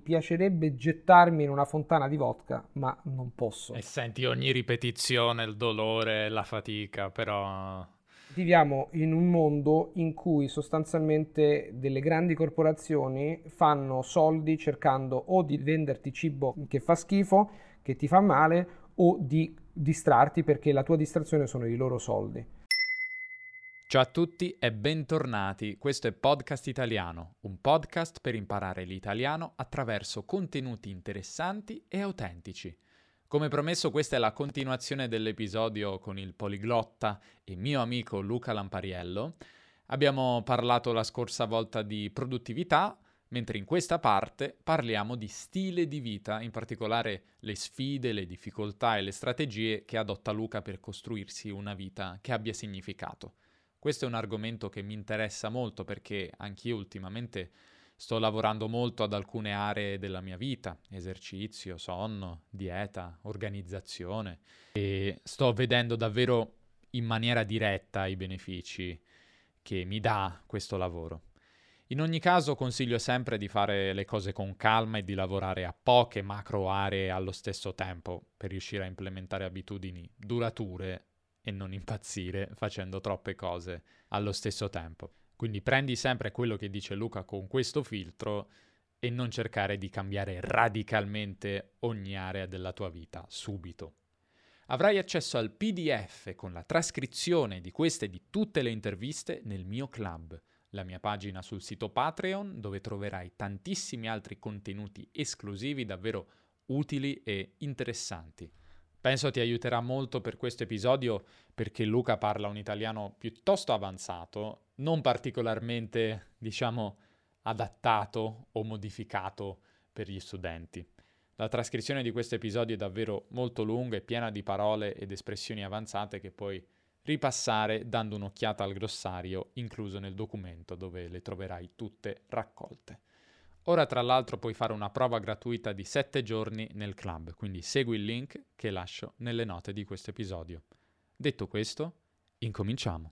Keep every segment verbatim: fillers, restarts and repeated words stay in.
piacerebbe gettarmi in una fontana di vodka, ma non posso. E senti ogni ripetizione, il dolore, la fatica, però... Viviamo in un mondo in cui sostanzialmente delle grandi corporazioni fanno soldi cercando o di venderti cibo che fa schifo, che ti fa male, o di distrarti perché la tua distrazione sono i loro soldi. Ciao a tutti e bentornati, questo è Podcast Italiano, un podcast per imparare l'italiano attraverso contenuti interessanti e autentici. Come promesso, questa è la continuazione dell'episodio con il poliglotta e mio amico Luca Lampariello. Abbiamo parlato la scorsa volta di produttività, mentre in questa parte parliamo di stile di vita, in particolare le sfide, le difficoltà e le strategie che adotta Luca per costruirsi una vita che abbia significato. Questo è un argomento che mi interessa molto perché anch'io ultimamente sto lavorando molto ad alcune aree della mia vita, esercizio, sonno, dieta, organizzazione, e sto vedendo davvero in maniera diretta i benefici che mi dà questo lavoro. In ogni caso consiglio sempre di fare le cose con calma e di lavorare a poche macro aree allo stesso tempo per riuscire a implementare abitudini durature e non impazzire facendo troppe cose allo stesso tempo. Quindi prendi sempre quello che dice Luca con questo filtro e non cercare di cambiare radicalmente ogni area della tua vita subito. Avrai accesso al P D F con la trascrizione di queste e di tutte le interviste nel mio club, la mia pagina sul sito Patreon, dove troverai tantissimi altri contenuti esclusivi davvero utili e interessanti. Penso ti aiuterà molto per questo episodio perché Luca parla un italiano piuttosto avanzato, non particolarmente, diciamo, adattato o modificato per gli studenti. La trascrizione di questo episodio è davvero molto lunga e piena di parole ed espressioni avanzate che puoi ripassare dando un'occhiata al glossario incluso nel documento dove le troverai tutte raccolte. Ora tra l'altro puoi fare una prova gratuita di sette giorni nel club, quindi segui il link che lascio nelle note di questo episodio. Detto questo, incominciamo.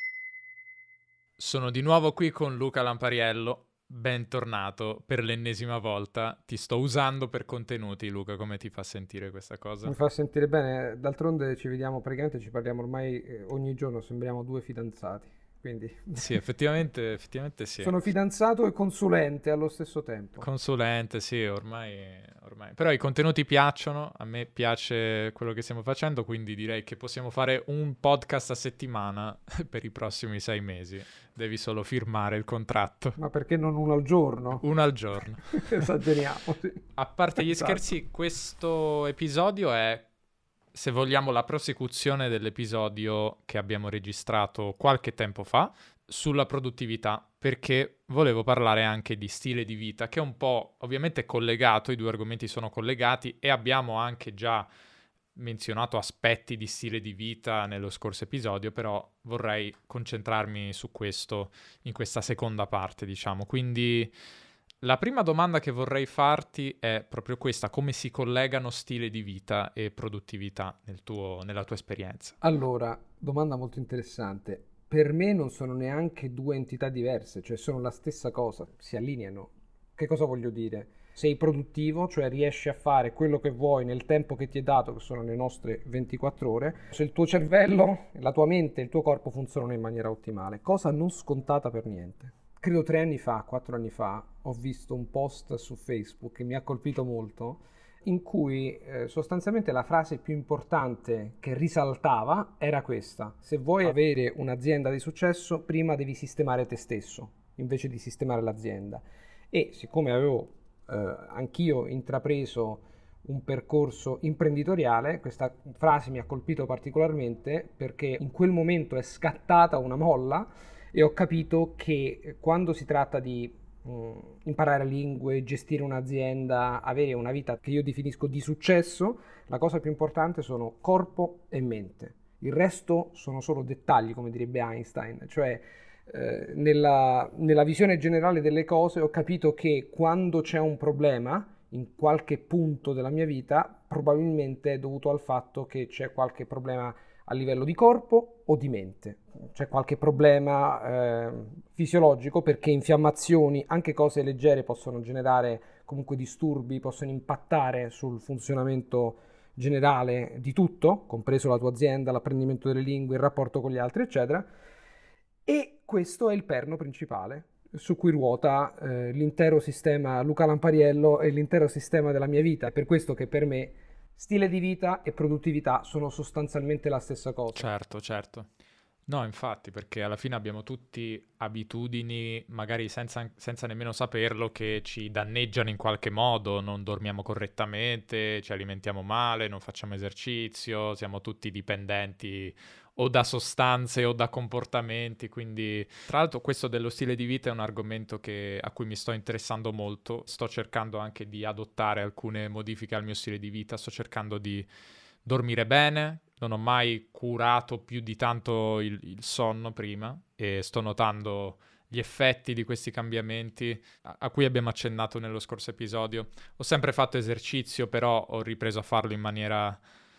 Sono di nuovo qui con Luca Lampariello, bentornato per l'ennesima volta. Ti sto usando per contenuti, Luca, come ti fa sentire questa cosa? Mi fa sentire bene, d'altronde ci vediamo praticamente, ci parliamo ormai eh, ogni giorno, sembriamo due fidanzati. Quindi sì, effettivamente, effettivamente sì. Sono fidanzato e consulente allo stesso tempo. Consulente, sì, ormai, ormai. Però i contenuti piacciono, a me piace quello che stiamo facendo, quindi direi che possiamo fare un podcast a settimana per i prossimi sei mesi. Devi solo firmare il contratto. Ma perché non uno al giorno? Uno al giorno. Esageriamo, sì. A parte gli esatto. scherzi, questo episodio è, se vogliamo, la prosecuzione dell'episodio che abbiamo registrato qualche tempo fa sulla produttività, perché volevo parlare anche di stile di vita, che è un po' ovviamente collegato, i due argomenti sono collegati e abbiamo anche già menzionato aspetti di stile di vita nello scorso episodio, però vorrei concentrarmi su questo in questa seconda parte, diciamo. Quindi la prima domanda che vorrei farti è proprio questa: come si collegano stile di vita e produttività nel tuo, nella tua esperienza? Allora, domanda molto interessante. Per me non sono neanche due entità diverse, cioè sono la stessa cosa, si allineano. Che cosa voglio dire? Sei produttivo, cioè riesci a fare quello che vuoi nel tempo che ti è dato, che sono le nostre ventiquattro ore, se il tuo cervello, la tua mente e il tuo corpo funzionano in maniera ottimale, cosa non scontata per niente. Credo tre anni fa, quattro anni fa, ho visto un post su Facebook che mi ha colpito molto, in cui eh, sostanzialmente la frase più importante che risaltava era questa: se vuoi avere un'azienda di successo, prima devi sistemare te stesso, invece di sistemare l'azienda. E siccome avevo eh, anch'io intrapreso un percorso imprenditoriale, questa frase mi ha colpito particolarmente perché in quel momento è scattata una molla e ho capito che quando si tratta di imparare lingue, gestire un'azienda, avere una vita che io definisco di successo, la cosa più importante sono corpo e mente. Il resto sono solo dettagli, come direbbe Einstein. Cioè, eh, nella, nella visione generale delle cose ho capito che quando c'è un problema in qualche punto della mia vita, probabilmente è dovuto al fatto che c'è qualche problema a livello di corpo o di mente. C'è qualche problema eh, fisiologico, perché infiammazioni, anche cose leggere, possono generare comunque disturbi possono impattare sul funzionamento generale di tutto, compreso la tua azienda, l'apprendimento delle lingue, il rapporto con gli altri, eccetera. E questo è il perno principale su cui ruota eh, l'intero sistema Luca Lampariello e l'intero sistema della mia vita. È per questo che per me stile di vita e produttività sono sostanzialmente la stessa cosa. Certo, certo. No, infatti, perché alla fine abbiamo tutti abitudini, magari senza, senza nemmeno saperlo, che ci danneggiano in qualche modo. Non dormiamo correttamente, ci alimentiamo male, non facciamo esercizio, siamo tutti dipendenti o da sostanze o da comportamenti. Quindi, tra l'altro, questo dello stile di vita è un argomento che, a cui mi sto interessando molto. Sto cercando anche di adottare alcune modifiche al mio stile di vita, sto cercando di dormire bene. Non ho mai curato più di tanto il, il sonno prima e sto notando gli effetti di questi cambiamenti a, a cui abbiamo accennato nello scorso episodio. Ho sempre fatto esercizio, però ho ripreso a farlo in maniera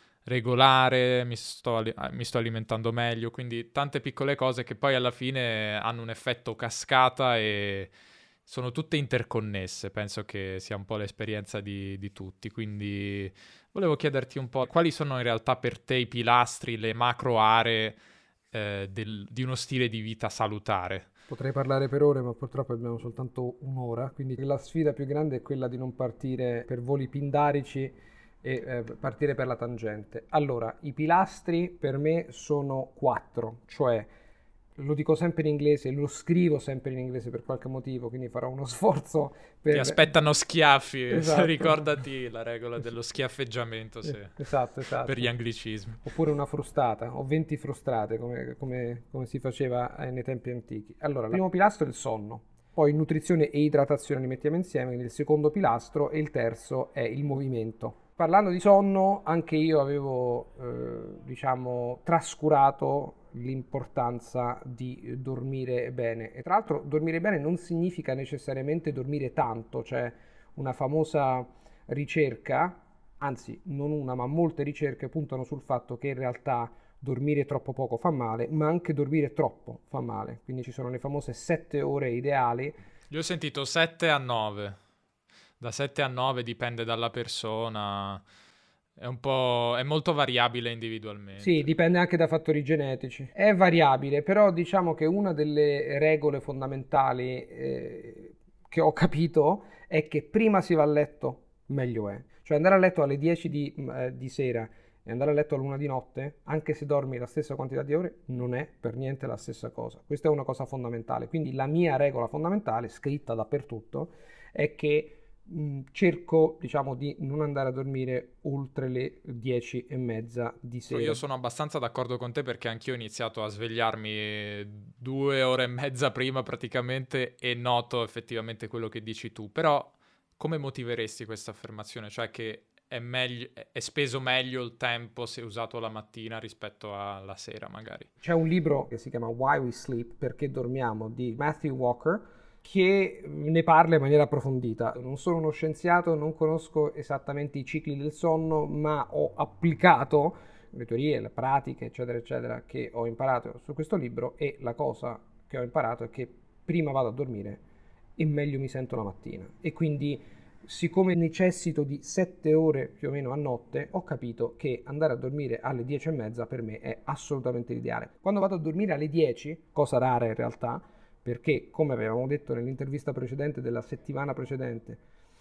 regolare, mi sto, mi sto alimentando meglio, quindi tante piccole cose che poi alla fine hanno un effetto cascata e sono tutte interconnesse. Penso che sia un po' l'esperienza di, di tutti, quindi volevo chiederti un po' quali sono in realtà per te i pilastri, le macro aree eh, del, di uno stile di vita salutare. Potrei parlare per ore, ma purtroppo abbiamo soltanto un'ora, quindi la sfida più grande è quella di non partire per voli pindarici e eh, partire per la tangente. Allora, i pilastri per me sono quattro, cioè lo dico sempre in inglese, lo scrivo sempre in inglese per qualche motivo, quindi farò uno sforzo per... Ti aspettano schiaffi, esatto. Ricordati la regola dello schiaffeggiamento se... esatto, esatto. Per gli anglicismi. Oppure una frustata, o venti frustrate, come, come, come si faceva nei tempi antichi. Allora, il primo pilastro è il sonno, poi nutrizione e idratazione li mettiamo insieme, quindi il secondo pilastro, e il terzo è il movimento. Parlando di sonno, anche io avevo, eh, diciamo, trascurato l'importanza di dormire bene. E tra l'altro dormire bene non significa necessariamente dormire tanto, cioè una famosa ricerca, anzi non una ma molte ricerche puntano sul fatto che in realtà dormire troppo poco fa male, ma anche dormire troppo fa male. Quindi ci sono le famose sette ore ideali. Io ho sentito sette a nove. Da sette a nove dipende dalla persona, è un po', è molto variabile individualmente. Sì, dipende anche da fattori genetici. È variabile, però diciamo che una delle regole fondamentali eh, che ho capito è che prima si va a letto, meglio è. Cioè andare a letto alle dieci di, eh, di sera e andare a letto all'una di notte, anche se dormi la stessa quantità di ore, non è per niente la stessa cosa. Questa è una cosa fondamentale. Quindi la mia regola fondamentale, scritta dappertutto, è che cerco, diciamo, di non andare a dormire oltre le dieci e mezza di sera. Io sono abbastanza d'accordo con te, perché anch'io ho iniziato a svegliarmi due ore e mezza prima praticamente e noto effettivamente quello che dici tu. Però come motiveresti questa affermazione? Cioè che è meglio, è speso meglio il tempo se usato la mattina rispetto alla sera magari. C'è un libro che si chiama Why We Sleep, perché dormiamo, di Matthew Walker, che ne parla in maniera approfondita. Non sono uno scienziato, non conosco esattamente i cicli del sonno, ma ho applicato le teorie, le pratiche, eccetera, eccetera, che ho imparato su questo libro, e la cosa che ho imparato è che prima vado a dormire e meglio mi sento la mattina. E quindi, siccome necessito di sette ore più o meno a notte, ho capito che andare a dormire alle dieci e mezza per me è assolutamente l'ideale. Quando vado a dormire alle dieci, cosa rara in realtà, perché, come avevamo detto nell'intervista precedente della settimana precedente,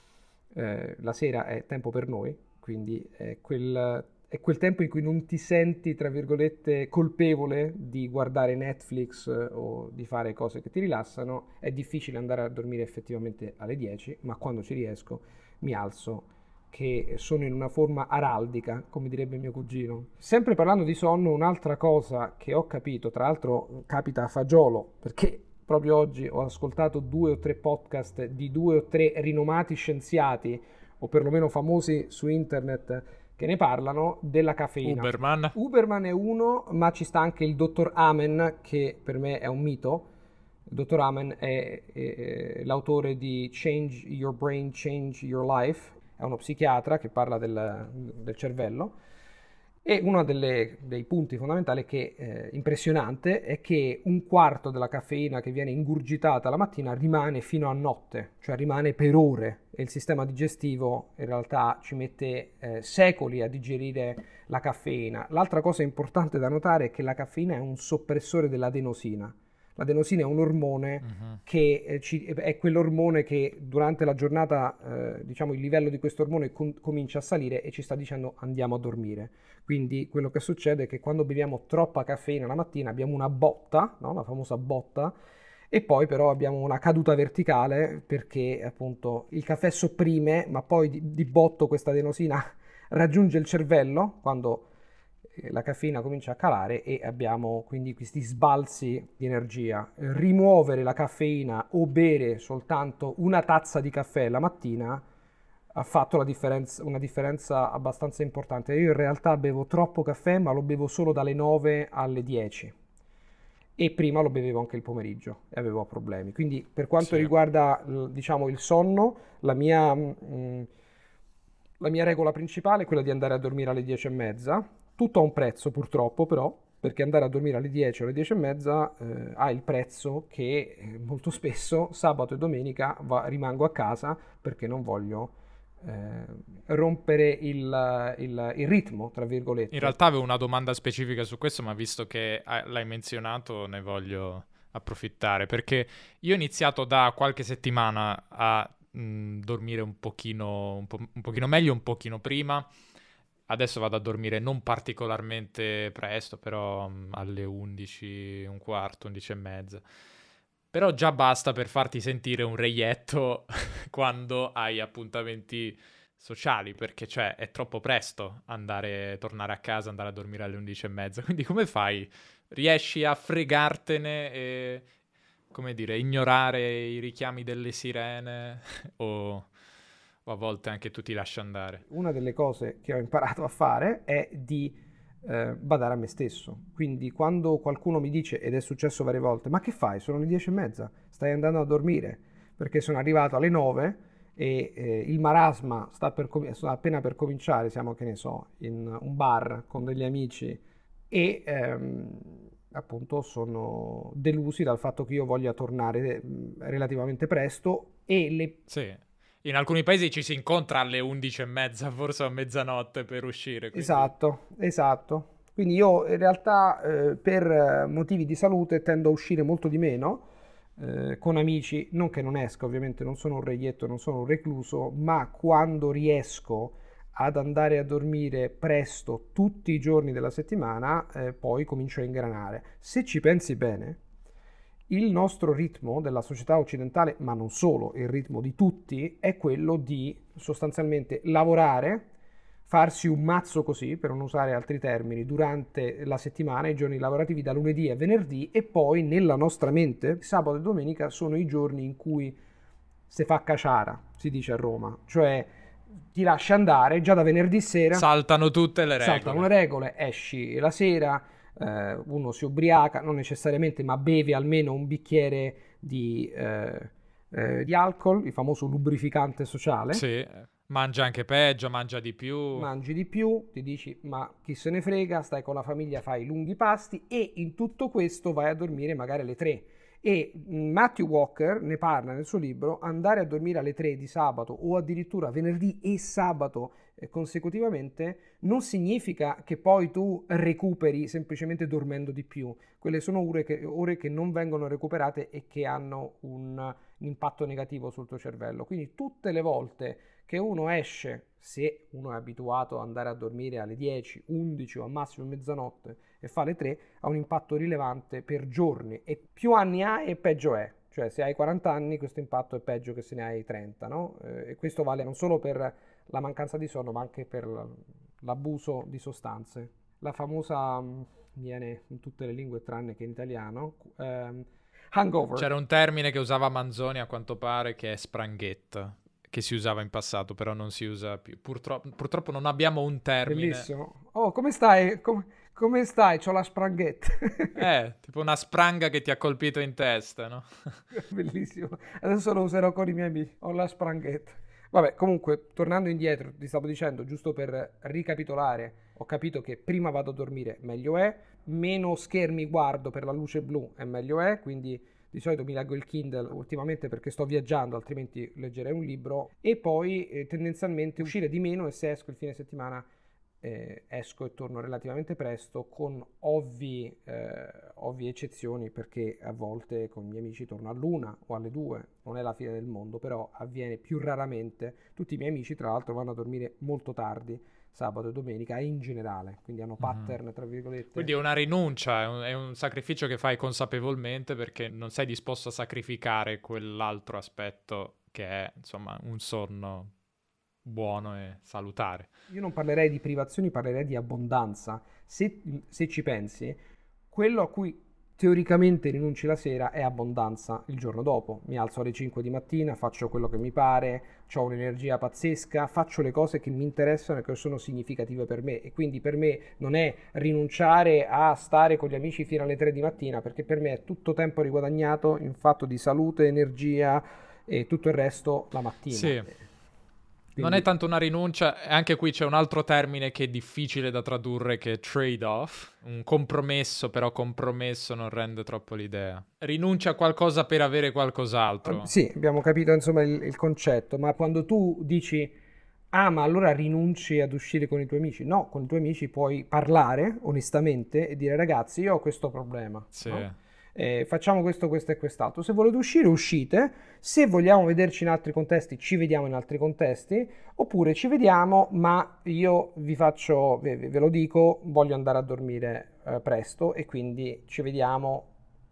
eh, la sera è tempo per noi, quindi è quel, è quel tempo in cui non ti senti, tra virgolette, colpevole di guardare Netflix eh, o di fare cose che ti rilassano. È difficile andare a dormire effettivamente alle dieci, ma quando ci riesco mi alzo, che sono in una forma araldica, come direbbe mio cugino. Sempre parlando di sonno, un'altra cosa che ho capito, tra l'altro capita a fagiolo, perché proprio oggi ho ascoltato due o tre podcast di due o tre rinomati scienziati, o perlomeno famosi su internet, che ne parlano della caffeina. Uberman. Uberman è uno, ma ci sta anche il dottor Amen, che per me è un mito. Il dottor Amen è, è, è l'autore di Change Your Brain, Change Your Life. È uno psichiatra che parla del, del cervello. E uno delle, dei punti fondamentali che eh, impressionante è che un quarto della caffeina che viene ingurgitata la mattina rimane fino a notte, cioè rimane per ore, e il sistema digestivo in realtà ci mette eh, secoli a digerire la caffeina. L'altra cosa importante da notare è che la caffeina è un soppressore dell'adenosina. L'adenosina è un ormone Mhm. che eh, ci- è quell'ormone che durante la giornata, eh, diciamo, il livello di questo ormone com- comincia a salire e ci sta dicendo andiamo a dormire. Quindi quello che succede è che quando beviamo troppa caffeina la mattina abbiamo una botta, no? La famosa botta, e poi però abbiamo una caduta verticale perché appunto il caffè sopprime, ma poi di, di botto questa adenosina raggiunge il cervello quando eh, la caffeina comincia a calare e abbiamo quindi questi sbalzi di energia. Rimuovere la caffeina o bere soltanto una tazza di caffè la mattina ha fatto la differenza, una differenza abbastanza importante. Io in realtà bevo troppo caffè, ma lo bevo solo dalle nove alle dieci. E prima lo bevevo anche il pomeriggio e avevo problemi. Quindi per quanto Sì. riguarda, l- diciamo, il sonno, la mia, mm, la mia regola principale è quella di andare a dormire alle dieci e mezza. Tutto ha un prezzo purtroppo, però, perché andare a dormire alle dieci o alle dieci e mezza eh, ha il prezzo che eh, molto spesso sabato e domenica va- rimango a casa perché non voglio eh, rompere il, il- il ritmo, tra In virgolette. realtà avevo una domanda specifica su questo, ma visto che eh, l'hai menzionato, ne voglio approfittare, perché io ho iniziato da qualche settimana a mh, dormire un pochino, un po', un pochino meglio, un pochino prima. Adesso vado a dormire non particolarmente presto, però mh, alle undici, un quarto, undici e mezza. Però già basta per farti sentire un reietto quando hai appuntamenti sociali, perché cioè è troppo presto andare, tornare a casa, andare a dormire alle undici e mezza. Quindi come fai? Riesci a fregartene e, come dire, ignorare i richiami delle sirene o, o a volte anche tu ti lasci andare? Una delle cose che ho imparato a fare è di eh, badare a me stesso. Quindi quando qualcuno mi dice, ed è successo varie volte, ma che fai? Sono le dieci e mezza, stai andando a dormire? Perché sono arrivato alle nove e eh, il marasma sta, per com- sta appena per cominciare, siamo che ne so, in un bar con degli amici e ehm, appunto sono delusi dal fatto che io voglia tornare mm, relativamente presto e le Sì. In alcuni paesi ci si incontra alle undici e mezza, forse a mezzanotte per uscire, quindi... Esatto, esatto. Quindi io in realtà eh, per eh, motivi di salute tendo a uscire molto di meno eh, con amici, non che non esca, ovviamente non sono un reietto, non sono un recluso, ma quando riesco ad andare a dormire presto tutti i giorni della settimana, eh, poi comincio a ingranare. Se ci pensi bene, il nostro ritmo della società occidentale, ma non solo, il ritmo di tutti, è quello di sostanzialmente lavorare, farsi un mazzo così, per non usare altri termini, durante la settimana, i giorni lavorativi da lunedì a venerdì, e poi nella nostra mente sabato e domenica sono i giorni in cui se fa caciara, si dice a Roma, cioè ti lasci andare già da venerdì sera, Saltano tutte le saltano le regole. regole, esci la sera, eh, uno si ubriaca, non necessariamente, ma beve almeno un bicchiere di, eh, eh, di alcol, il famoso lubrificante sociale, Sì, mangia anche peggio, mangia di più. mangi di più, ti dici ma chi se ne frega, stai con la famiglia, fai lunghi pasti e in tutto questo vai a dormire magari alle tre. E Matthew Walker ne parla nel suo libro, andare a dormire alle tre di sabato o addirittura venerdì e sabato eh, consecutivamente non significa che poi tu recuperi semplicemente dormendo di più. Quelle sono ore che, ore che non vengono recuperate e che hanno un, un impatto negativo sul tuo cervello. Quindi tutte le volte che uno esce, se uno è abituato ad andare a dormire alle dieci, undici o al massimo mezzanotte e fa le tre, ha un impatto rilevante per giorni e più anni hai e peggio è. Cioè se hai quaranta anni questo impatto è peggio che se ne hai trenta, no? Eh, e questo vale non solo per la mancanza di sonno ma anche per l'abuso di sostanze. La famosa, mh, viene in tutte le lingue tranne che in italiano, ehm, hangover. C'era un termine che usava Manzoni a quanto pare che è spranghetta, che si usava in passato, però non si usa più. Purtroppo, purtroppo non abbiamo un termine. Bellissimo. Oh, come stai? Com- come stai? C'ho la spranghetta. Eh, tipo una spranga che ti ha colpito in testa, no? Bellissimo. Adesso lo userò con i miei amici. Ho la spranghetta. Vabbè, comunque, tornando indietro, ti stavo dicendo, giusto per ricapitolare, ho capito che prima vado a dormire meglio è, meno schermi guardo per la luce blu e meglio è, quindi di solito mi leggo il Kindle ultimamente perché sto viaggiando, altrimenti leggerei un libro, e poi eh, tendenzialmente uscire di meno, e se esco il fine settimana eh, esco e torno relativamente presto, con ovvi, eh, ovvie eccezioni, perché a volte con i miei amici torno all'una o alle due, non è la fine del mondo, però avviene più raramente. Tutti i miei amici tra l'altro vanno a dormire molto tardi, sabato e domenica, in generale, quindi hanno pattern, tra virgolette. Quindi è una rinuncia, è un, è un sacrificio che fai consapevolmente perché non sei disposto a sacrificare quell'altro aspetto che è, insomma, un sonno buono e salutare. Io non parlerei di privazioni, parlerei di abbondanza. Se, se ci pensi, quello a cui teoricamente rinunci la sera è abbondanza il giorno dopo. Mi alzo alle cinque di mattina, faccio quello che mi pare, ho un'energia pazzesca, faccio le cose che mi interessano e che sono significative per me, e quindi per me non è rinunciare a stare con gli amici fino alle tre di mattina, perché per me è tutto tempo riguadagnato in fatto di salute, energia e tutto il resto la mattina. Sì. Quindi... non è tanto una rinuncia, anche qui c'è un altro termine che è difficile da tradurre, che è trade-off, un compromesso, però compromesso non rende troppo l'idea. Rinuncia a qualcosa per avere qualcos'altro. Sì, abbiamo capito insomma il, il concetto, ma quando tu dici ah ma allora rinunci ad uscire con i tuoi amici, no, con i tuoi amici puoi parlare onestamente e dire ragazzi io ho questo problema, sì. no? Eh, facciamo questo, questo e quest'altro. Se volete uscire, uscite. Se vogliamo vederci in altri contesti, ci vediamo in altri contesti. Oppure ci vediamo, ma io vi faccio, ve, ve lo dico, voglio andare a dormire eh, presto, e quindi ci vediamo.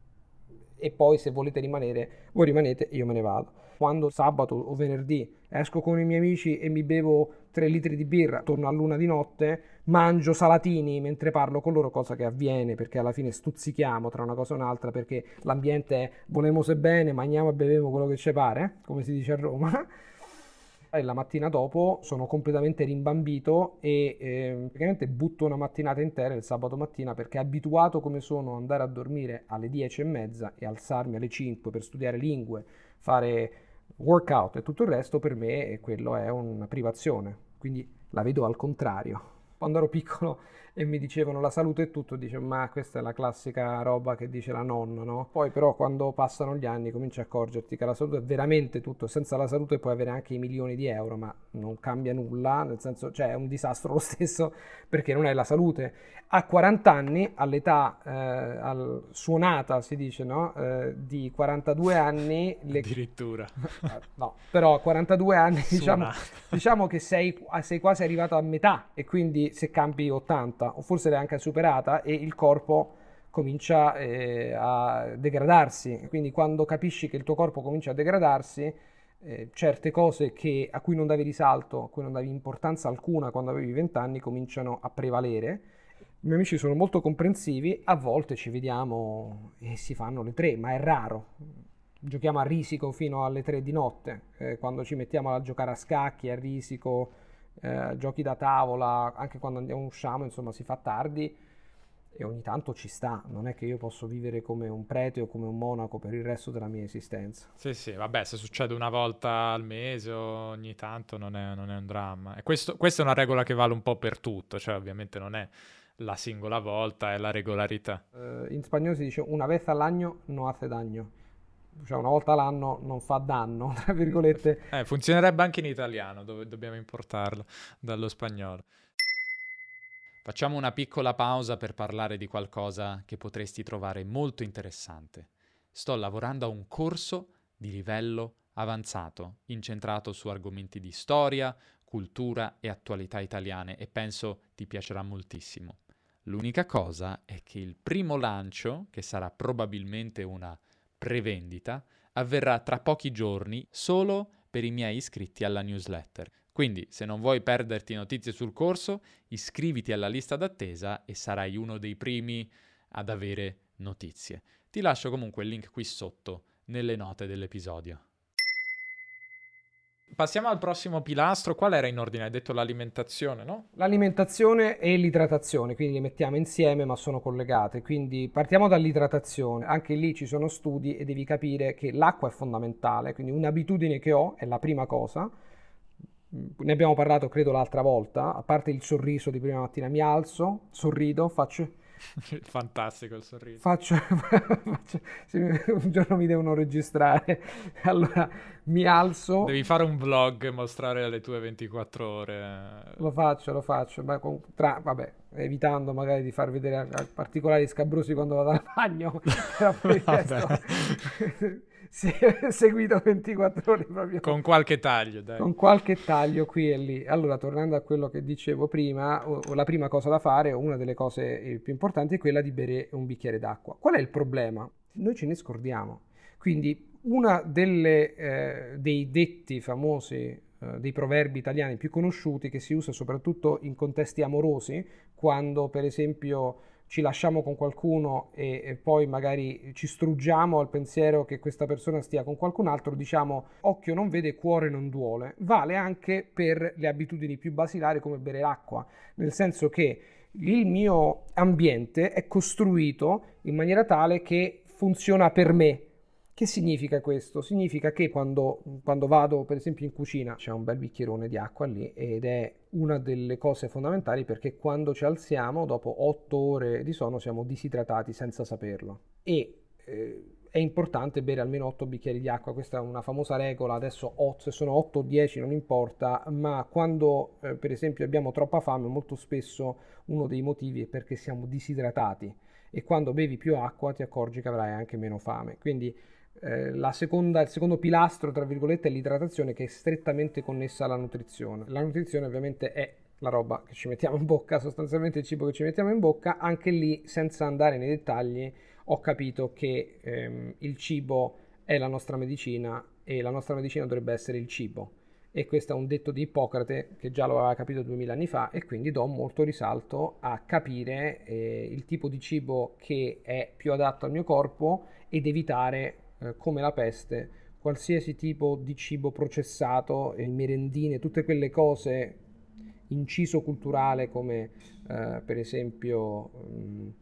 E poi se volete rimanere, voi rimanete, io me ne vado. Quando sabato o venerdì esco con i miei amici e mi bevo tre litri di birra, torno a luna di notte, mangio salatini mentre parlo con loro, cosa che avviene perché alla fine stuzzichiamo tra una cosa e un'altra, perché l'ambiente è volemo se bene, mangiamo e beviamo quello che ci pare, come si dice a Roma. E la mattina dopo sono completamente rimbambito e eh, praticamente butto una mattinata intera il sabato mattina, perché abituato come sono ad andare a dormire alle dieci e mezza e alzarmi alle cinque per studiare lingue, fare workout e tutto il resto, per me quello è una privazione, quindi la vedo al contrario. Quando ero piccolo e mi dicevano la salute è tutto, dicevo ma questa è la classica roba che dice la nonna, no? Poi però quando passano gli anni cominci a accorgerti che la salute è veramente tutto, senza la salute puoi avere anche i milioni di euro, ma non cambia nulla, nel senso, cioè è un disastro lo stesso perché non è la salute. A quaranta anni, all'età eh, al, suonata si dice, no? Eh, di quarantadue anni... Le... Addirittura. No, però a quarantadue anni diciamo, diciamo che sei, sei quasi arrivato a metà, e quindi se campi ottanta o forse l'hai anche superata e il corpo comincia eh, a degradarsi, quindi quando capisci che il tuo corpo comincia a degradarsi, eh, certe cose che, a cui non davi risalto, a cui non davi importanza alcuna quando avevi venti anni, cominciano a prevalere. I miei amici sono molto comprensivi, a volte ci vediamo e si fanno le tre, ma è raro. Giochiamo a risico fino alle tre di notte, eh, quando ci mettiamo a giocare a scacchi, a risico, eh, giochi da tavola, anche quando andiamo usciamo, insomma si fa tardi e ogni tanto ci sta, non è che io posso vivere come un prete o come un monaco per il resto della mia esistenza. Sì, sì, vabbè, se succede una volta al mese o ogni tanto non è, non è un dramma. E questo, questa è una regola che vale un po' per tutto, cioè ovviamente non è la singola volta, è la regolarità. Eh, in spagnolo si dice una vez al año no hace daño. Cioè una volta l'anno non fa danno, tra virgolette. Eh, funzionerebbe anche in italiano, dove dobbiamo importarlo dallo spagnolo. Facciamo una piccola pausa per parlare di qualcosa che potresti trovare molto interessante. Sto lavorando a un corso di livello avanzato, incentrato su argomenti di storia, cultura e attualità italiane, e penso ti piacerà moltissimo. L'unica cosa è che il primo lancio, che sarà probabilmente una prevendita, avverrà tra pochi giorni solo per i miei iscritti alla newsletter. Quindi, se non vuoi perderti notizie sul corso, iscriviti alla lista d'attesa e sarai uno dei primi ad avere notizie. Ti lascio comunque il link qui sotto nelle note dell'episodio. Passiamo al prossimo pilastro. Qual era in ordine? Hai detto l'alimentazione, no? L'alimentazione e l'idratazione, quindi le mettiamo insieme ma sono collegate. Quindi partiamo dall'idratazione. Anche lì ci sono studi e devi capire che l'acqua è fondamentale, quindi un'abitudine che ho è la prima cosa. Ne abbiamo parlato credo l'altra volta, a parte il sorriso di prima mattina, mi alzo, sorrido, faccio... Fantastico il sorriso. Faccio, faccio se un giorno mi devono registrare, allora mi alzo. Devi fare un vlog e mostrare le tue ventiquattro ore. Lo faccio, lo faccio, ma con, tra, vabbè, evitando magari di far vedere a, a particolari scabrosi quando vado al bagno, però per il resto seguito ventiquattro ore proprio. Con qualche taglio, dai. Con qualche taglio qui e lì. Allora, tornando a quello che dicevo prima, o, o la prima cosa da fare, o una delle cose più importanti, è quella di bere un bicchiere d'acqua. Qual è il problema? Noi ce ne scordiamo. Quindi, una delle, eh, dei detti famosi, eh, dei proverbi italiani più conosciuti, che si usa soprattutto in contesti amorosi, quando per esempio ci lasciamo con qualcuno e, e poi magari ci struggiamo al pensiero che questa persona stia con qualcun altro, diciamo occhio non vede, cuore non duole. Vale anche per le abitudini più basilari come bere l'acqua, nel senso che il mio ambiente è costruito in maniera tale che funziona per me. Che significa questo? Significa che quando, quando vado per esempio in cucina c'è un bel bicchierone di acqua lì ed è una delle cose fondamentali, perché quando ci alziamo dopo otto ore di sonno siamo disidratati senza saperlo e eh, è importante bere almeno otto bicchieri di acqua. Questa è una famosa regola, adesso otto, se sono otto o dieci non importa, ma quando eh, per esempio abbiamo troppa fame molto spesso uno dei motivi è perché siamo disidratati e quando bevi più acqua ti accorgi che avrai anche meno fame. Quindi Eh, la seconda, il secondo pilastro, tra virgolette, è l'idratazione, che è strettamente connessa alla nutrizione. La nutrizione ovviamente è la roba che ci mettiamo in bocca, sostanzialmente il cibo che ci mettiamo in bocca. Anche lì, senza andare nei dettagli, ho capito che ehm, il cibo è la nostra medicina e la nostra medicina dovrebbe essere il cibo. E questo è un detto di Ippocrate che già lo aveva capito duemila anni fa, e quindi do molto risalto a capire eh, il tipo di cibo che è più adatto al mio corpo ed evitare come la peste qualsiasi tipo di cibo processato, eh, merendine, tutte quelle cose inciso culturale come eh, per esempio um,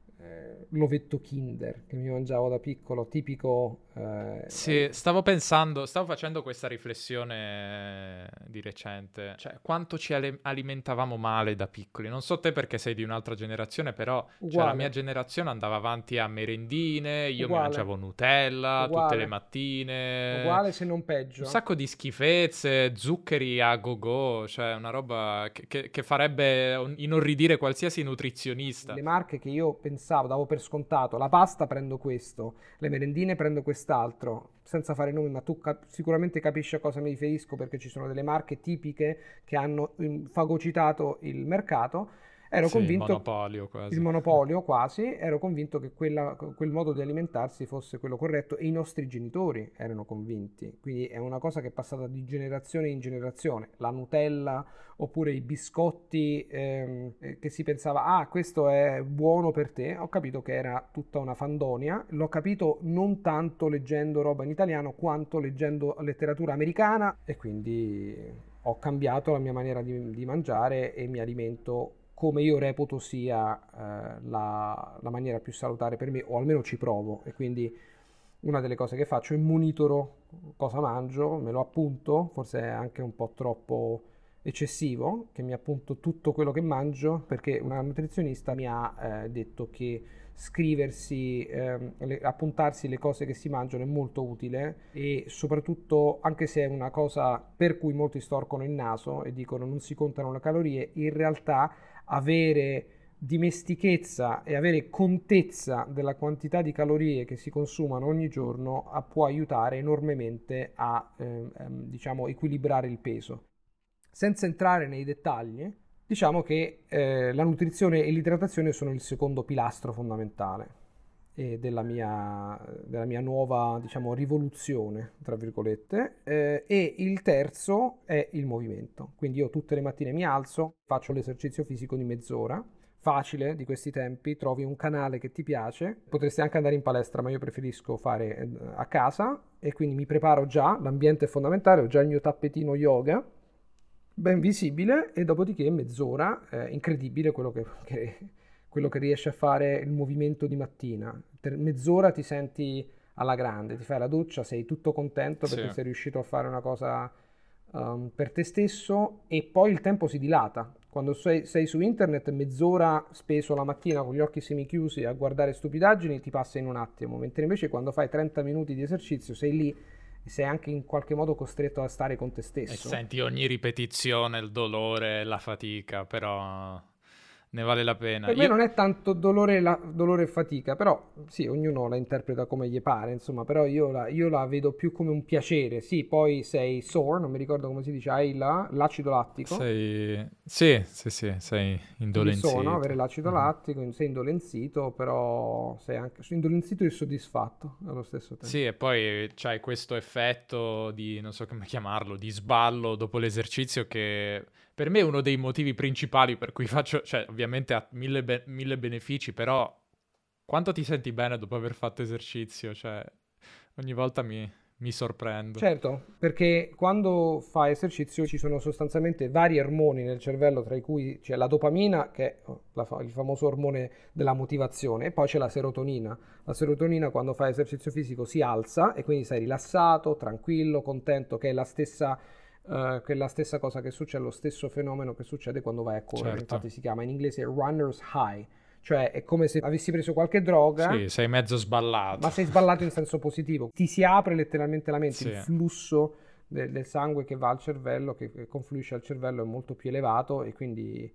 eh, l'ovetto Kinder che mi mangiavo da piccolo, tipico. Eh, sì, stavo pensando, stavo facendo questa riflessione di recente, cioè quanto ci ale- alimentavamo male da piccoli. Non so te perché sei di un'altra generazione, però cioè, la mia generazione andava avanti a merendine, io uguale. mi mangiavo Nutella uguale. tutte le mattine, uguale se non peggio, un sacco di schifezze, zuccheri a go-go, cioè una roba che, che, che farebbe inorridire qualsiasi nutrizionista. Le marche che io pensavo, davo per scontato, la pasta prendo questo, le merendine prendo quest'altro, senza fare nomi, ma tu cap- sicuramente capisci a cosa mi riferisco, perché ci sono delle marche tipiche che hanno um, fagocitato il mercato. Ero sì, convinto, il monopolio quasi. il monopolio quasi, ero convinto che quella, quel modo di alimentarsi fosse quello corretto, e i nostri genitori erano convinti. Quindi è una cosa che è passata di generazione in generazione. La Nutella oppure i biscotti ehm, che si pensava, ah, questo è buono per te. Ho capito che era tutta una fandonia. L'ho capito non tanto leggendo roba in italiano quanto leggendo letteratura americana, e quindi ho cambiato la mia maniera di, di mangiare e mi alimento come io reputo sia eh, la, la maniera più salutare per me, o almeno ci provo. E quindi una delle cose che faccio è monitoro cosa mangio, me lo appunto, forse è anche un po' troppo eccessivo che mi appunto tutto quello che mangio, perché una nutrizionista mi ha eh, detto che scriversi, eh, le, appuntarsi le cose che si mangiano è molto utile, e soprattutto, anche se è una cosa per cui molti storcono il naso e dicono non si contano le calorie, in realtà avere dimestichezza e avere contezza della quantità di calorie che si consumano ogni giorno a, può aiutare enormemente a eh, diciamo equilibrare il peso. Senza entrare nei dettagli, diciamo che eh, la nutrizione e l'idratazione sono il secondo pilastro fondamentale eh, della, mia, della mia nuova, diciamo, rivoluzione, tra virgolette, eh, e il terzo è il movimento. Quindi io tutte le mattine mi alzo, faccio l'esercizio fisico di mezz'ora, facile di questi tempi, trovi un canale che ti piace, potresti anche andare in palestra, ma io preferisco fare eh, a casa, e quindi mi preparo già, l'ambiente è fondamentale, ho già il mio tappetino yoga, ben visibile, e dopodiché mezz'ora, eh, incredibile quello che, che, quello che riesce a fare il movimento di mattina. Per mezz'ora ti senti alla grande, ti fai la doccia, sei tutto contento perché sì. sei riuscito a fare una cosa um, per te stesso, e poi il tempo si dilata. Quando sei, sei su internet, mezz'ora speso la mattina con gli occhi semichiusi a guardare stupidaggini ti passa in un attimo, mentre invece quando fai trenta minuti di esercizio sei lì e sei anche in qualche modo costretto a stare con te stesso. E senti ogni ripetizione, il dolore, la fatica, però ne vale la pena. Per me Io... non è tanto dolore, la, dolore e fatica, però sì, ognuno la interpreta come gli pare, insomma, però io la, io la vedo più come un piacere. Sì, poi sei sore, non mi ricordo come si dice, hai la, l'acido lattico. Sei... Sì, sì, sì, sei indolenzito. Sono, avere l'acido mm-hmm. lattico, sei indolenzito, però sei anche indolenzito e soddisfatto allo stesso tempo. Sì, e poi c'hai questo effetto di, non so come chiamarlo, di sballo dopo l'esercizio che... Per me è uno dei motivi principali per cui faccio, cioè ovviamente ha mille, be- mille benefici, però quanto ti senti bene dopo aver fatto esercizio? Cioè ogni volta mi, mi sorprendo. Certo, perché quando fai esercizio ci sono sostanzialmente vari ormoni nel cervello, tra cui c'è la dopamina, che è la fa- il famoso ormone della motivazione, e poi c'è la serotonina. La serotonina quando fai esercizio fisico si alza e quindi sei rilassato, tranquillo, contento, che è la stessa... Uh, che è la stessa cosa che succede, lo stesso fenomeno che succede quando vai a correre. Certo. Infatti si chiama in inglese runner's high, cioè è come se avessi preso qualche droga. Sì, sei mezzo sballato. Ma sei sballato in senso positivo, ti si apre letteralmente la mente, sì. Il flusso de- del sangue che va al cervello, che, che confluisce al cervello, è molto più elevato e quindi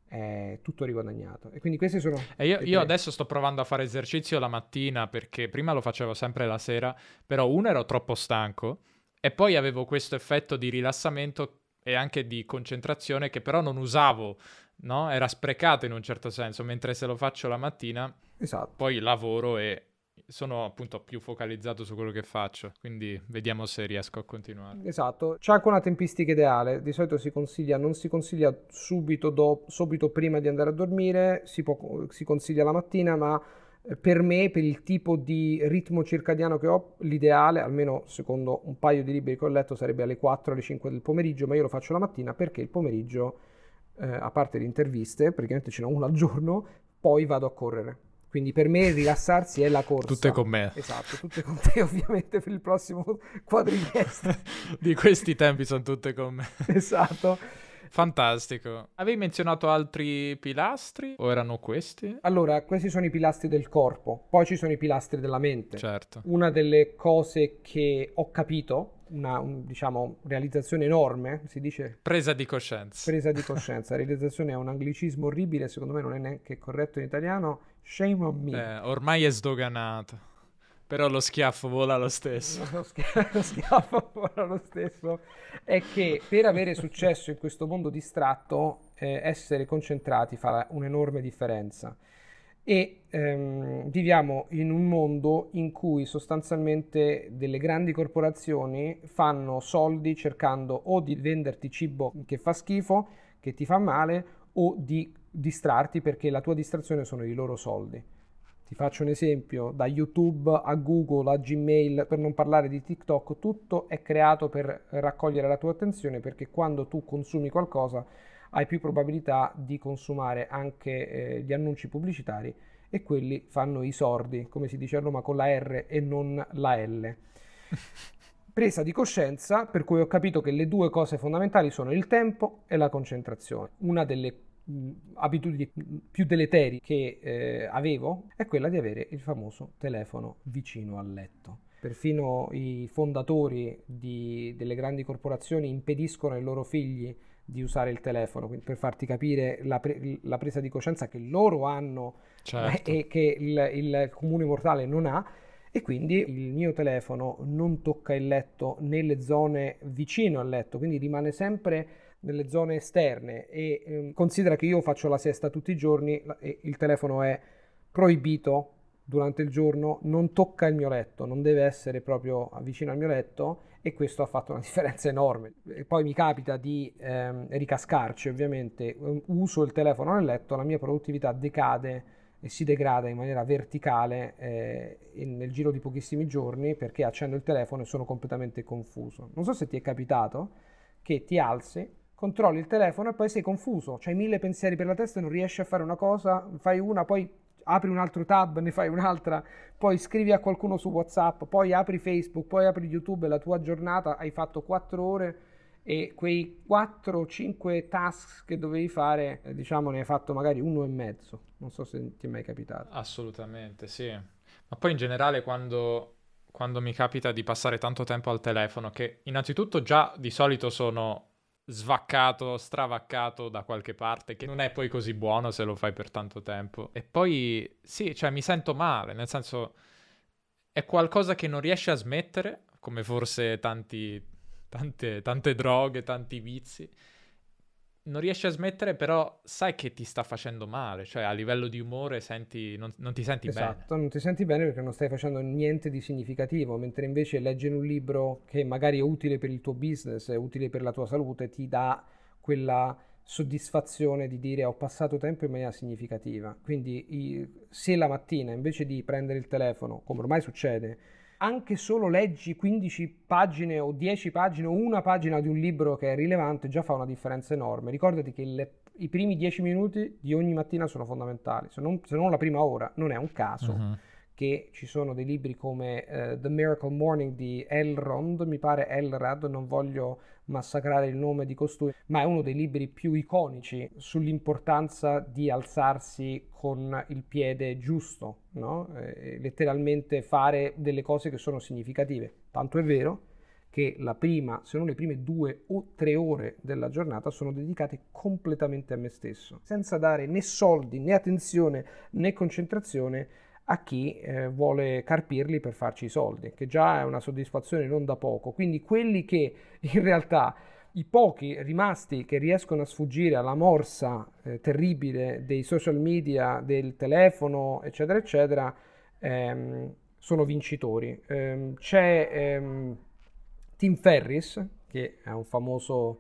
è tutto riguadagnato. E quindi queste sono... E io, io adesso sto provando a fare esercizio la mattina perché prima lo facevo sempre la sera, però uno ero troppo stanco e poi avevo questo effetto di rilassamento e anche di concentrazione che però non usavo, no? Era sprecato in un certo senso, mentre se lo faccio la mattina, esatto. Poi lavoro e sono appunto più focalizzato su quello che faccio, quindi vediamo se riesco a continuare. Esatto, c'è anche una tempistica ideale, di solito si consiglia, non si consiglia subito, do, subito prima di andare a dormire, si, può, si consiglia la mattina, ma per me, per il tipo di ritmo circadiano che ho, l'ideale, almeno secondo un paio di libri che ho letto, sarebbe alle quattro, alle cinque del pomeriggio, ma io lo faccio la mattina perché il pomeriggio, eh, a parte le interviste, praticamente ce n'ho una al giorno, poi vado a correre. Quindi per me rilassarsi è la corsa. Tutte con me. Esatto, tutte con te ovviamente per il prossimo quadrimestre. Di questi tempi sono tutte con me. Esatto. Fantastico. Avevi menzionato altri pilastri o erano questi? Allora, questi sono i pilastri del corpo, poi ci sono i pilastri della mente. Certo. Una delle cose che ho capito, una un, diciamo realizzazione enorme, si dice? Presa di coscienza. Presa di coscienza. Realizzazione è un anglicismo orribile, secondo me non è neanche corretto in italiano. Shame on me. Eh, ormai è sdoganato. Però lo schiaffo vola lo stesso. Lo, schia- lo schiaffo vola lo stesso. È che per avere successo in questo mondo distratto, eh, essere concentrati fa un'enorme differenza. E ehm, viviamo in un mondo in cui sostanzialmente delle grandi corporazioni fanno soldi cercando o di venderti cibo che fa schifo, che ti fa male, o di distrarti perché la tua distrazione sono i loro soldi. Ti faccio un esempio, da YouTube a Google a Gmail, per non parlare di TikTok, tutto è creato per raccogliere la tua attenzione, perché quando tu consumi qualcosa hai più probabilità di consumare anche eh, gli annunci pubblicitari, e quelli fanno i sordi, come si dice a Roma, con la R e non la L. Presa di coscienza, per cui ho capito che le due cose fondamentali sono il tempo e la concentrazione. Una delle abitudini più deleteri che eh, avevo è quella di avere il famoso telefono vicino al letto. Perfino i fondatori di, delle grandi corporazioni impediscono ai loro figli di usare il telefono, quindi per farti capire la, pre- la presa di coscienza che loro hanno, certo. e che il, il comune mortale non ha. E quindi il mio telefono non tocca il letto nelle zone vicino al letto, quindi rimane sempre nelle zone esterne, e ehm, considera che io faccio la siesta tutti i giorni e il telefono è proibito durante il giorno, non tocca il mio letto, non deve essere proprio vicino al mio letto, e questo ha fatto una differenza enorme. E poi mi capita di ehm, ricascarci, ovviamente, uso il telefono nel letto, la mia produttività decade e si degrada in maniera verticale eh, in, nel giro di pochissimi giorni, perché accendo il telefono e sono completamente confuso. Non so se ti è capitato che ti alzi, controlli il telefono e poi sei confuso, c'hai mille pensieri per la testa e non riesci a fare una cosa, fai una, poi apri un altro tab, ne fai un'altra, poi scrivi a qualcuno su WhatsApp, poi apri Facebook, poi apri YouTube, e la tua giornata hai fatto quattro ore e quei quattro o cinque task che dovevi fare, eh, diciamo, ne hai fatto magari uno e mezzo. Non so se ti è mai capitato. Assolutamente, sì. Ma poi in generale quando, quando mi capita di passare tanto tempo al telefono, che innanzitutto già di solito sono svaccato, stravaccato da qualche parte, che non è poi così buono se lo fai per tanto tempo. E poi, sì, cioè mi sento male, nel senso è qualcosa che non riesci a smettere, come forse tanti, tante, tante droghe, tanti vizi. Non riesci a smettere, però sai che ti sta facendo male, cioè a livello di umore senti, non, non ti senti bene. Esatto, non ti senti bene perché non stai facendo niente di significativo, mentre invece leggere un libro che magari è utile per il tuo business, è utile per la tua salute, ti dà quella soddisfazione di dire ho passato tempo in maniera significativa. Quindi i- se la mattina invece di prendere il telefono, come ormai succede, anche solo leggi quindici pagine o dieci pagine o una pagina di un libro che è rilevante, già fa una differenza enorme. Ricordati che le- i primi dieci minuti di ogni mattina sono fondamentali, se non, se non la prima ora. Non è un caso Mhm. che ci sono dei libri come eh, The Miracle Morning di Elrond, mi pare Elrad, non voglio massacrare il nome di costui, ma è uno dei libri più iconici sull'importanza di alzarsi con il piede giusto, no? Eh, letteralmente fare delle cose che sono significative. Tanto è vero che la prima, se non le prime due o tre ore della giornata sono dedicate completamente a me stesso, senza dare né soldi, né attenzione, né concentrazione a chi eh, vuole carpirli per farci i soldi, che già è una soddisfazione non da poco. Quindi quelli che in realtà, i pochi rimasti che riescono a sfuggire alla morsa eh, terribile dei social media, del telefono, eccetera, eccetera, ehm, sono vincitori. Ehm, c'è ehm, Tim Ferriss, che è un famoso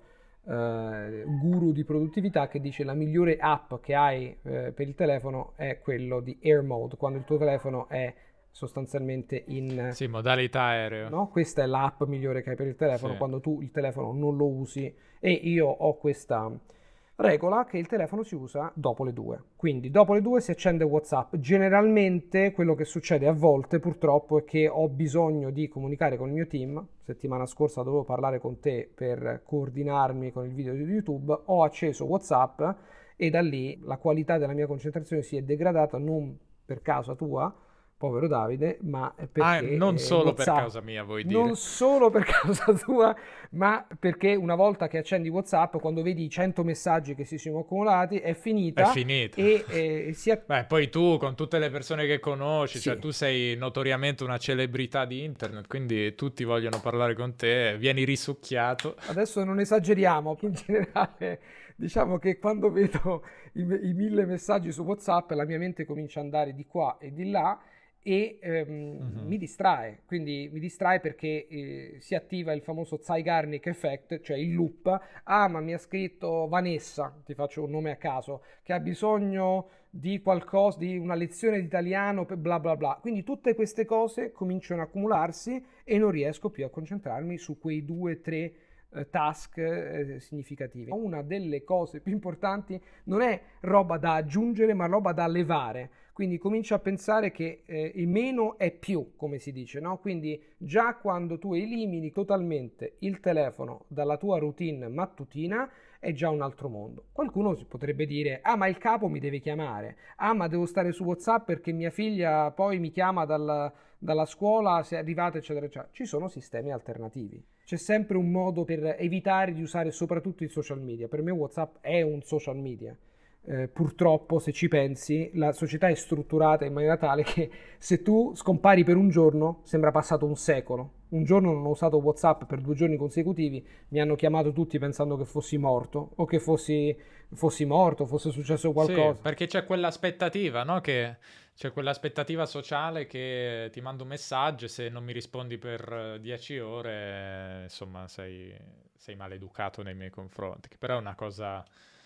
eh, guru di produttività, che dice la migliore app che hai eh, per il telefono è quello di Air Mode, quando il tuo telefono è sostanzialmente in... Sì, modalità aereo. No? Questa è l'app migliore che hai per il telefono Sì. quando tu il telefono non lo usi, e io ho questa regola che il telefono si usa dopo le due. Quindi dopo le due si accende WhatsApp. Generalmente quello che succede a volte purtroppo è che ho bisogno di comunicare con il mio team. Settimana scorsa dovevo parlare con te per coordinarmi con il video di YouTube, ho acceso WhatsApp e da lì la qualità della mia concentrazione si è degradata, non per causa tua, povero Davide, ma Ah, perché non eh, solo per WhatsApp, causa mia, vuoi non dire? solo per causa tua, ma perché una volta che accendi WhatsApp, quando vedi i cento messaggi che si sono accumulati, è È finita finita. e eh, si att- Beh, poi tu con tutte le persone che conosci, cioè sì. tu sei notoriamente una celebrità di internet, quindi tutti vogliono parlare con te, vieni risucchiato. Adesso non esageriamo, in generale diciamo che quando vedo i, i mille messaggi su WhatsApp la mia mente comincia ad andare di qua e di là e ehm, Mhm. mi distrae, quindi mi distrae perché eh, si attiva il famoso Zeigarnik effect, cioè il loop. Ah, ma mi ha scritto Vanessa, ti faccio un nome a caso, che ha bisogno di qualcosa, di una lezione di italiano, per bla bla bla. Quindi tutte queste cose cominciano a accumularsi e non riesco più a concentrarmi su quei due, tre eh, task eh, significativi. Una delle cose più importanti non è roba da aggiungere, ma roba da levare. Quindi comincio a pensare che eh, il meno è più, come si dice, no? Quindi già quando tu elimini totalmente il telefono dalla tua routine mattutina è già un altro mondo. Qualcuno si potrebbe dire, ah ma il capo mi deve chiamare, ah ma devo stare su WhatsApp perché mia figlia poi mi chiama dalla, dalla scuola se è arrivata, eccetera, eccetera. Ci sono sistemi alternativi. C'è sempre un modo per evitare di usare soprattutto i social media. Per me WhatsApp è un social media. Eh, purtroppo, se ci pensi, la società è strutturata in maniera tale che se tu scompari per un giorno sembra passato un secolo. Un giorno non ho usato WhatsApp per due giorni consecutivi, mi hanno chiamato tutti pensando che fossi morto o che fossi, fossi morto, fosse successo qualcosa. Sì, perché c'è quell'aspettativa, no? Che c'è quell'aspettativa sociale che ti mando un messaggio e se non mi rispondi per dieci ore, insomma, sei, sei maleducato nei miei confronti, che però è una cosa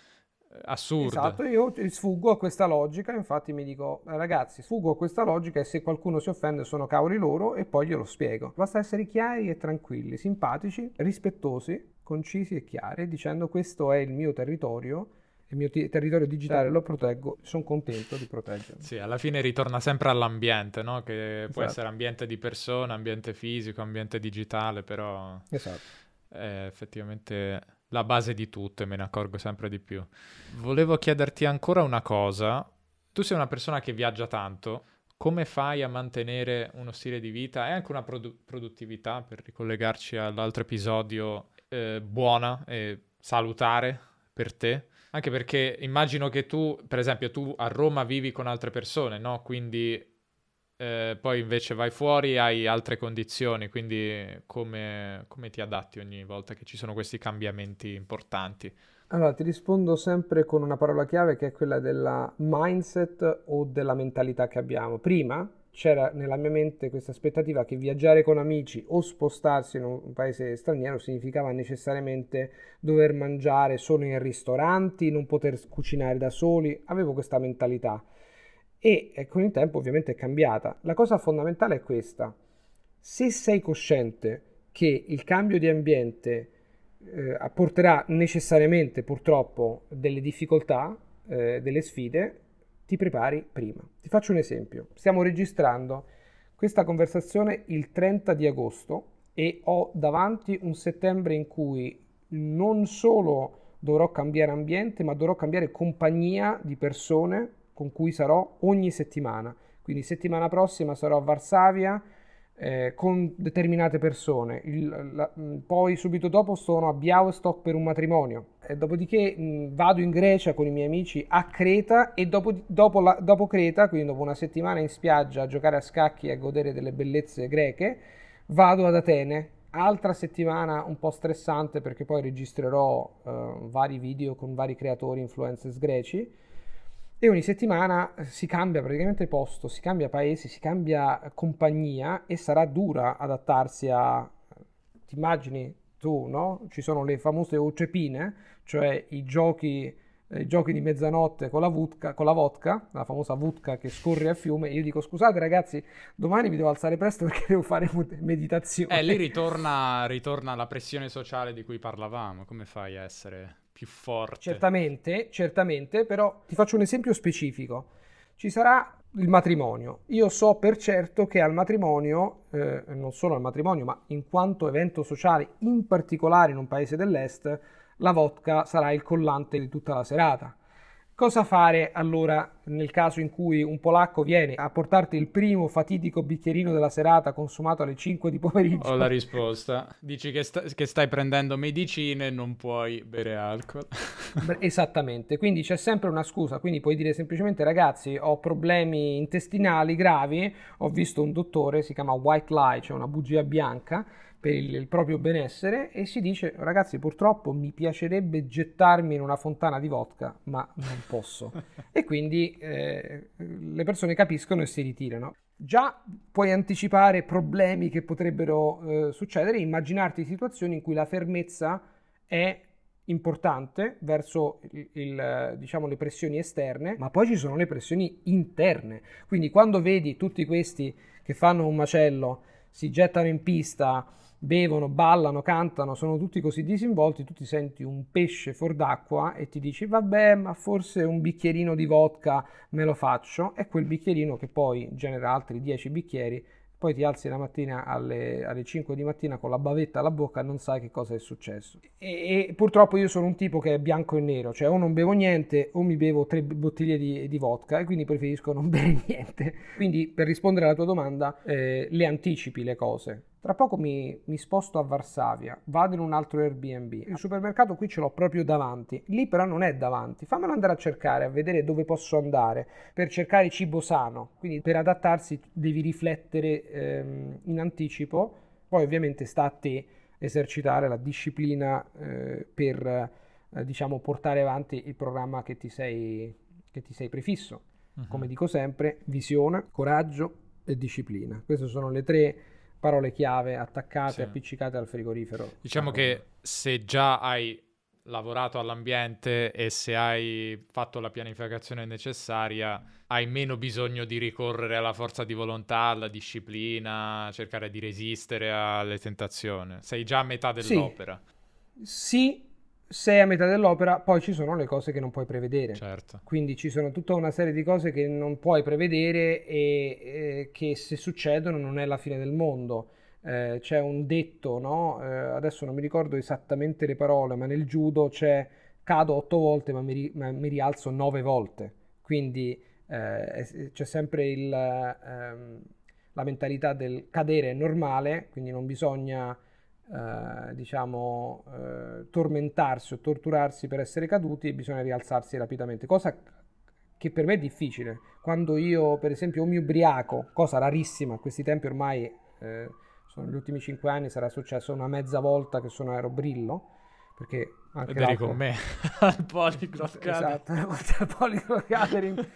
eh, assurda. Esatto, io sfuggo a questa logica, infatti mi dico, ragazzi, sfuggo a questa logica e se qualcuno si offende sono cavoli loro e poi glielo spiego. Basta essere chiari e tranquilli, simpatici, rispettosi, concisi e chiari, dicendo questo è il mio territorio, il mio ti- territorio digitale lo proteggo, sono contento di proteggerlo. Sì, alla fine ritorna sempre all'ambiente, no? Che può Esatto, essere ambiente di persona, ambiente fisico, ambiente digitale, però esatto. è effettivamente la base di tutto e me ne accorgo sempre di più. Volevo chiederti ancora una cosa. Tu sei una persona che viaggia tanto. Come fai a mantenere uno stile di vita e anche una produ- produttività, per ricollegarci all'altro episodio, eh, buona e salutare per te? Anche perché immagino che tu, per esempio, tu a Roma vivi con altre persone, no? Quindi eh, poi invece vai fuori e hai altre condizioni, quindi come, come ti adatti ogni volta che ci sono questi cambiamenti importanti? Allora, ti rispondo sempre con una parola chiave che è quella della mindset o della mentalità che abbiamo. Prima c'era nella mia mente questa aspettativa che viaggiare con amici o spostarsi in un paese straniero significava necessariamente dover mangiare solo in ristoranti, non poter cucinare da soli. Avevo questa mentalità e eh, con il tempo ovviamente è cambiata. La cosa fondamentale è questa: se sei cosciente che il cambio di ambiente eh, porterà necessariamente purtroppo delle difficoltà, eh, delle sfide, ti prepari prima. Ti faccio un esempio. Stiamo registrando questa conversazione il trenta di agosto e ho davanti un settembre in cui non solo dovrò cambiare ambiente, ma dovrò cambiare compagnia di persone con cui sarò ogni settimana. Quindi settimana prossima sarò a Varsavia eh, con determinate persone. Il, la, poi subito dopo sono a Białystok per un matrimonio. E dopodiché mh, vado in Grecia con i miei amici a Creta e dopo, dopo, la, dopo Creta, quindi dopo una settimana in spiaggia a giocare a scacchi e a godere delle bellezze greche, vado ad Atene. Altra settimana un po' stressante perché poi registrerò eh, vari video con vari creatori, influencers greci. E ogni settimana si cambia praticamente posto, si cambia paese, si cambia compagnia e sarà dura adattarsi a... Ti immagini tu, no? Ci sono le famose ocepine, cioè i giochi, eh, i giochi di mezzanotte con la vodka, con la vodka, la famosa vodka che scorre a fiume. Io dico: scusate ragazzi, domani mi devo alzare presto perché devo fare meditazione. Eh, lì ritorna, ritorna la pressione sociale di cui parlavamo. Come fai a essere più forte? Certamente, certamente, però ti faccio un esempio specifico. Ci sarà il matrimonio. Io so per certo che al matrimonio, eh, non solo al matrimonio, ma in quanto evento sociale, in particolare in un paese dell'est, la vodka sarà il collante di tutta la serata. Cosa fare allora nel caso in cui un polacco viene a portarti il primo fatidico bicchierino della serata consumato alle cinque di pomeriggio? Ho la risposta. Dici che, sta- che stai prendendo medicine e non puoi bere alcol. Esattamente, quindi c'è sempre una scusa, quindi puoi dire semplicemente: ragazzi, ho problemi intestinali gravi, ho visto un dottore, si chiama white lie, cioè una bugia bianca per il, il proprio benessere, e si dice: ragazzi, purtroppo mi piacerebbe gettarmi in una fontana di vodka, ma non posso. E quindi eh, le persone capiscono e si ritirano. Già puoi anticipare problemi che potrebbero eh, succedere, immaginarti situazioni in cui la fermezza è importante verso il, il, diciamo, le pressioni esterne, ma poi ci sono le pressioni interne. Quindi quando vedi tutti questi che fanno un macello, si gettano in pista, bevono, ballano, cantano, sono tutti così disinvolti, tu ti senti un pesce fuor d'acqua e ti dici: vabbè, ma forse un bicchierino di vodka me lo faccio. È quel bicchierino che poi genera altri dieci bicchieri, poi ti alzi la mattina alle, alle cinque di mattina con la bavetta alla bocca e non sai che cosa è successo. E, e purtroppo io sono un tipo che è bianco e nero, cioè o non bevo niente o mi bevo tre bottiglie di, di vodka, e quindi preferisco non bere niente. Quindi, per rispondere alla tua domanda, eh, le anticipi le cose. Tra poco mi, mi sposto a Varsavia, vado in un altro Airbnb. Il supermercato qui ce l'ho proprio davanti, lì però non è davanti. Fammelo andare a cercare, a vedere dove posso andare per cercare cibo sano. Quindi per adattarsi devi riflettere ehm, in anticipo. Poi ovviamente sta a te esercitare la disciplina eh, per eh, diciamo portare avanti il programma che ti sei, che ti sei prefisso. Uh-huh. Come dico sempre: visione, coraggio e disciplina. Queste sono le tre parole chiave attaccate, sì, appiccicate al frigorifero. Diciamo che se già hai lavorato all'ambiente e se hai fatto la pianificazione necessaria, hai meno bisogno di ricorrere alla forza di volontà, alla disciplina, cercare di resistere alle tentazioni. Sei già a metà dell'opera. Sì, sì, sei a metà dell'opera, poi ci sono le cose che non puoi prevedere. Certo. Quindi ci sono tutta una serie di cose che non puoi prevedere e, e che se succedono non è la fine del mondo. eh, c'è un detto, no? Eh, adesso non mi ricordo esattamente le parole, ma nel judo c'è cado otto volte ma mi, ri- ma mi rialzo nove volte. Quindi eh, c'è sempre il, ehm, la mentalità del cadere è normale, quindi non bisogna eh, diciamo eh, tormentarsi o torturarsi per essere caduti, bisogna rialzarsi rapidamente, cosa che per me è difficile. Quando io per esempio o mi ubriaco, cosa rarissima a questi tempi ormai, eh, sono gli ultimi cinque anni, sarà successo una mezza volta che sono ero brillo, perché anche Ed eri con l'alcol. me al Polyglot Gathering. Esatto, una volta al Polyglot Gathering.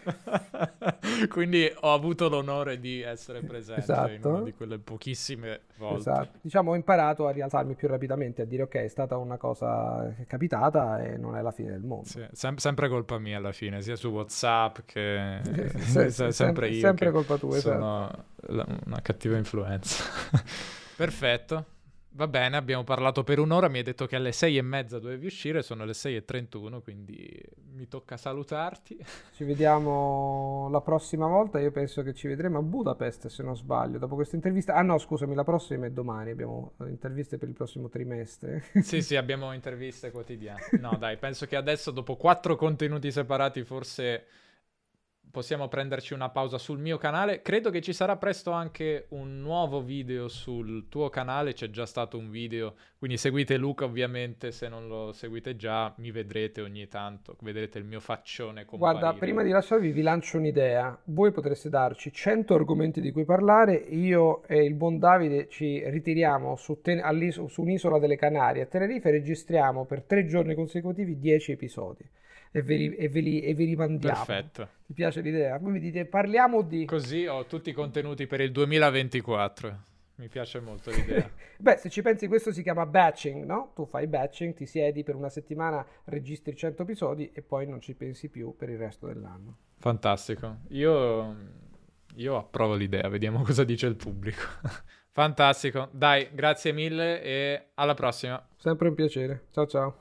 Quindi ho avuto l'onore di essere presente in una Esatto. di quelle pochissime volte. Esatto. Diciamo, ho imparato a rialzarmi più rapidamente, a dire ok, è stata una cosa che è capitata e non è la fine del mondo. Sì, sem- sempre colpa mia alla fine, sia su WhatsApp che Se- se- se- sempre io sempre che colpa tua, esatto. sono la- una cattiva influenza. Perfetto. Va bene, abbiamo parlato per un'ora, mi hai detto che alle sei e mezza dovevi uscire, sono le sei e trentuno, quindi mi tocca salutarti. Ci vediamo la prossima volta. Io penso che ci vedremo a Budapest, se non sbaglio, dopo questa intervista. Ah no, scusami, la prossima è domani. Abbiamo interviste per il prossimo trimestre. Sì, sì, abbiamo interviste quotidiane. No, dai, penso che adesso dopo quattro contenuti separati forse possiamo prenderci una pausa sul mio canale. Credo che ci sarà presto anche un nuovo video sul tuo canale, c'è già stato un video, quindi seguite Luca ovviamente, se non lo seguite già mi vedrete ogni tanto, vedrete il mio faccione comparire. Guarda, prima di lasciarvi vi lancio un'idea. Voi potreste darci cento argomenti di cui parlare, io e il buon Davide ci ritiriamo su, Ten- all'iso- su un'isola delle Canarie, a Tenerife, e registriamo per tre giorni consecutivi dieci episodi e ve li, e ve li- e vi rimandiamo. Perfetto. Ti piace l'idea? Voi mi dite, parliamo di... Così ho tutti i contenuti per il duemilaventiquattro. Mi piace molto l'idea. Beh, se ci pensi, questo si chiama batching, no? Tu fai batching, ti siedi per una settimana, registri cento episodi e poi non ci pensi più per il resto dell'anno. Fantastico. Io, io approvo l'idea, vediamo cosa dice il pubblico. Fantastico. Dai, grazie mille e alla prossima. Sempre un piacere. Ciao ciao.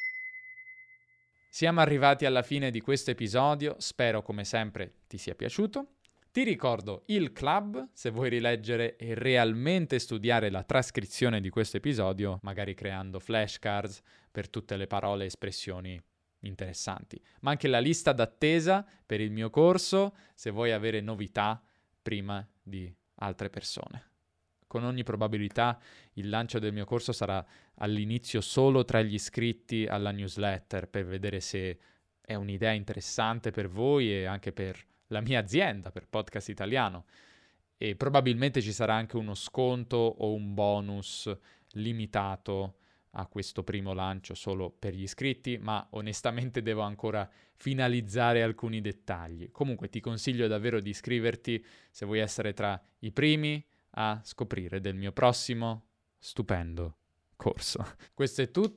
Siamo arrivati alla fine di questo episodio, spero come sempre ti sia piaciuto. Ti ricordo il club, se vuoi rileggere e realmente studiare la trascrizione di questo episodio, magari creando flashcards per tutte le parole e espressioni interessanti, ma anche la lista d'attesa per il mio corso, se vuoi avere novità prima di altre persone. Con ogni probabilità il lancio del mio corso sarà all'inizio solo tra gli iscritti alla newsletter per vedere se è un'idea interessante per voi e anche per la mia azienda, per Podcast Italiano. E probabilmente ci sarà anche uno sconto o un bonus limitato a questo primo lancio solo per gli iscritti, ma onestamente devo ancora finalizzare alcuni dettagli. Comunque ti consiglio davvero di iscriverti se vuoi essere tra i primi a scoprire del mio prossimo stupendo corso. Questo è tutto.